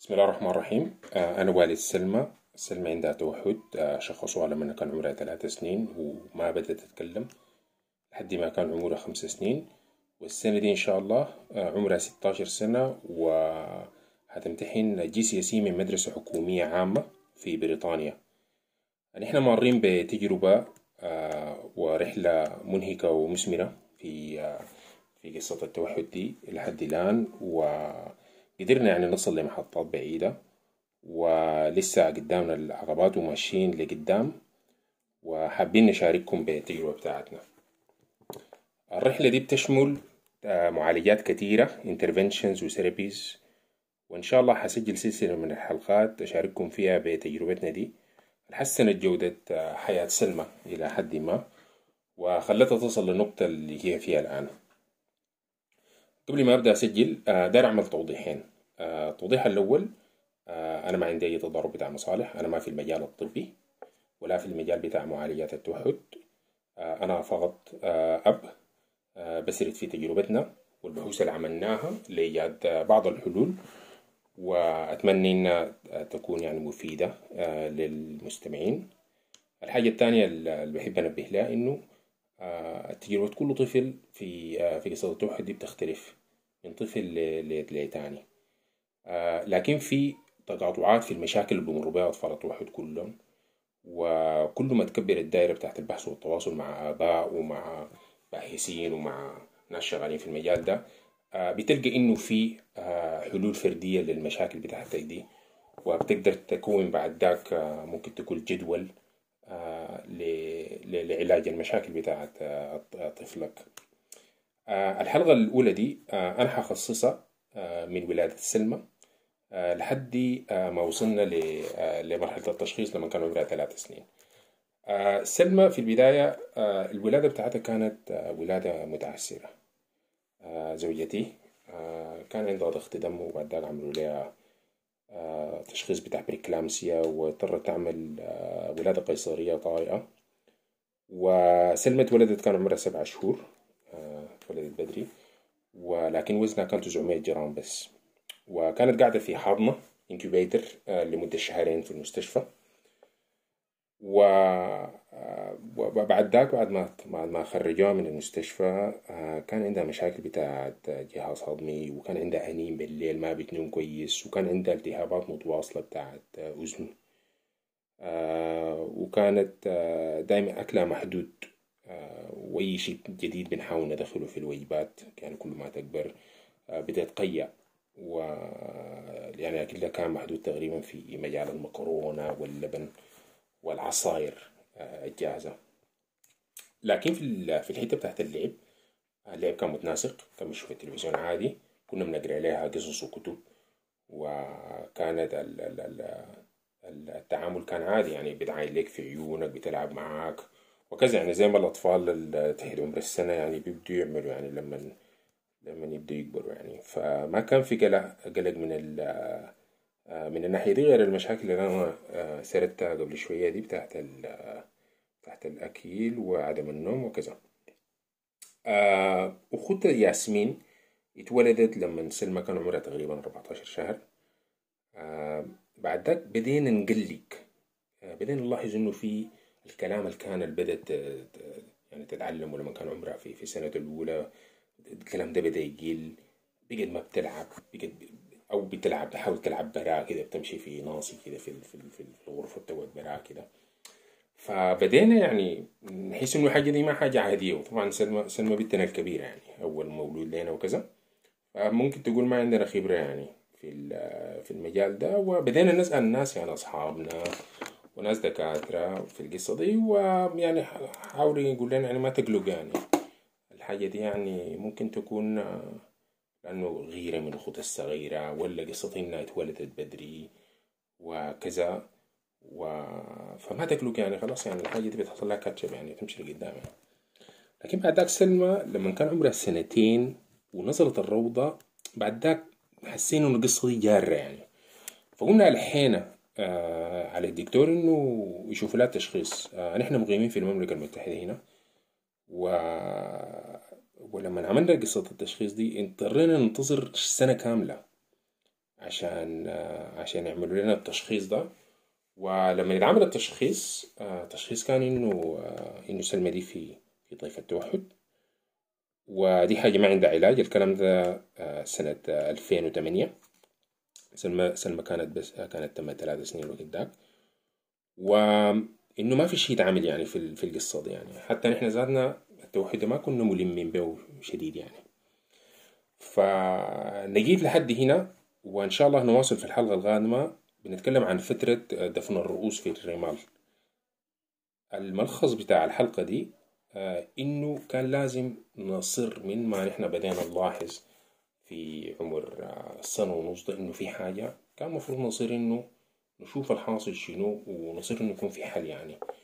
بسم الله الرحمن الرحيم. أنا والد سلمى عندها توحد. شخصوها لما كان عمرها 3 سنين وما بدأت تتكلم لحد ما كان عمرها 5 سنين. والسنة دي إن شاء الله عمرها 16 سنة وهتمتحن GCSE من مدرسة حكومية عامة في بريطانيا. نحن مارين بتجربة ورحلة منهكة ومثمرة في قصة التوحد دي لحد الآن، وقدرنا يعني نصل لمحطات بعيدة، ولسه قدامنا العقبات وماشيين لقدام، وحابين نشارككم بالتجربة بتاعتنا. الرحلة دي بتشمل معالجات كتيرة interventions و therapies، وإن شاء الله حسجل سلسلة من الحلقات أشارككم فيها بتجربتنا دي. حسنت جودة حياة سلمى إلى حد ما، وخلتها تصل للنقطة اللي هي فيها الآن. قبل ما أبدأ أسجل داير أعمل توضيحين. التوضيح الأول، أنا ما عندي أي تضارب بتاع مصالح، أنا ما في المجال الطبي ولا في المجال بتاع معالجات التوحد. أنا فقط أب بسرد في تجربتنا والبحوث اللي عملناها لإيجاد بعض الحلول، وأتمنى إنها تكون يعني مفيدة للمستمعين. الحاجة الثانية اللي بحب أنبه لها إنه تجربة كل طفل في قصة التوحد دي بتختلف من طفل لتاني، لكن في تقاطعات في المشاكل اللي بيمروا بها أطفال التوحد كلهم. وكل ما تكبر الدائرة بتاعت البحث والتواصل مع آباء ومع باحثين ومع ناس شغالين في المجال ده، بتلقى إنه في حلول فردية للمشاكل بتاعتك دي، وبتقدر تكون بعد ذاك ممكن تكون جدول لعلاج المشاكل بتاعت طفلك. الحلقة الأولى دي أنا حخصصها من ولادة سلمى لحد ما وصلنا لمرحلة التشخيص لما كان عمرها 3 سنين. سلمى في البداية الولادة بتاعتها كانت ولادة متعسرة. زوجتي كان عندها ضغط دم، وبعد ذلك عملوا لها تشخيص بتاع بريكلامسيا، واضطرت تعمل ولادة قيصرية طارئة. وسلمى اتولدت كان عمرها 7 شهور، اتولدت بدري، ولكن وزنها كان 900 جرام بس، وكانت قاعدة في حاضنة انكوبيتر لمدة شهرين في المستشفى. وبعد ذاك بعد ما خرجوها من المستشفى كان عندها مشاكل بتاعت جهاز هضمي، وكان عندها أنين بالليل ما بتنوم كويس، وكان عندها التهابات متواصلة بتاعت أذن، وكانت دايما أكلها محدود، وأي شيء جديد بنحاول ندخله في الوجبات يعني كل ما تكبر بتتقيأ. يعني أكلها كان محدود تقريبا في مجال المكرونة واللبن والعصاير الجاهزة. لكن في الحتة بتاعت اللعب كان متناسق، كان بنشوف التلفزيون عادي، كنا بنقرأ عليها قصص وكتب، وكانت التعامل كان عادي، يعني بتعاين لك في عيونك، بتلعب معاك وكذا، يعني زي ما الأطفال اللي تحت عمر السنة يعني بيبدوا يعملوا يعني لما يبدوا يكبروا يعني. فما كان في قلق من الناحية دي، غير المشاكل اللي أنا سردتها قبل شوية دي بتاعت الأكل وعدم النوم وكذا. أختها ياسمين اتولدت لما سلمى كان عمرها تقريبا 14 شهر. بعد ذاك بدينا نقلق، بدينا نلاحظ إنه في الكلام اللي كان بدأت يعني تتعلمه لما كان عمرها في السنة الأولى، الكلام ده بدأ يقل، بقت ما بتلعب، أو بتلعب تحاول تلعب برا كده، بتمشي في ناصي كده في الغرفة تقعد برا كده. فبدينا يعني نحس إنه الحاجة دي ما حاجة عادية. وطبعا سلمى بنتنا الكبيرة يعني أول مولود لنا وكذا، فممكن تقول ما عندنا خبرة يعني في المجال ده. وبدينا نسأل الناس يعني أصحابنا وناس دكاترة في القصة دي، ويعني حاولوا يقول لنا يعني ما تقلق، يعني الحاجة دي يعني ممكن تكون لأنه غيرة من أختها الصغيرة، ولا قصة إنها اتولدت بدري وكذا فما تقلق يعني، خلاص يعني الحاجة دي بتحصل لها كاتشب يعني تمشي لقدام يعني. لكن بعد ذاك سلمى لما كان عمرها 2 سنين ونزلت الروضة، بعد ذاك حسينا إنه القصة دي جارة يعني، فقلنا الحينا على الدكتور إنه يشوف لها تشخيص. نحن مقيمين في المملكة المتحدة هنا، ولما عملنا قصة التشخيص دي اضطرينا ننتظر سنة كاملة عشان يعملوا لنا التشخيص ده. ولما يتعمل التشخيص، التشخيص كان إنه سلمى دي في طيف التوحد، ودي حاجة ما عندها علاج. الكلام ده سنة 2008. سلمى كانت بس كانت تمت 3 سنين وقت داك. وإنه ما في شيء يتعمل يعني في القصة دي يعني. حتى نحن ذاتنا التوحد ما كنا ملمين به شديد يعني. فنجيب لحد هنا، وإن شاء الله نواصل في الحلقة القادمة. بنتكلم عن فترة دفن الرؤوس في الرمال. الملخص بتاع الحلقة دي إنه كان لازم نصر من ما نحن بدينا نلاحظ في عمر السنة ونص ده إنه في حاجة. كان مفروض نصير إنه نشوف الحاصل شنو، ونصير إنه يكون في حل يعني.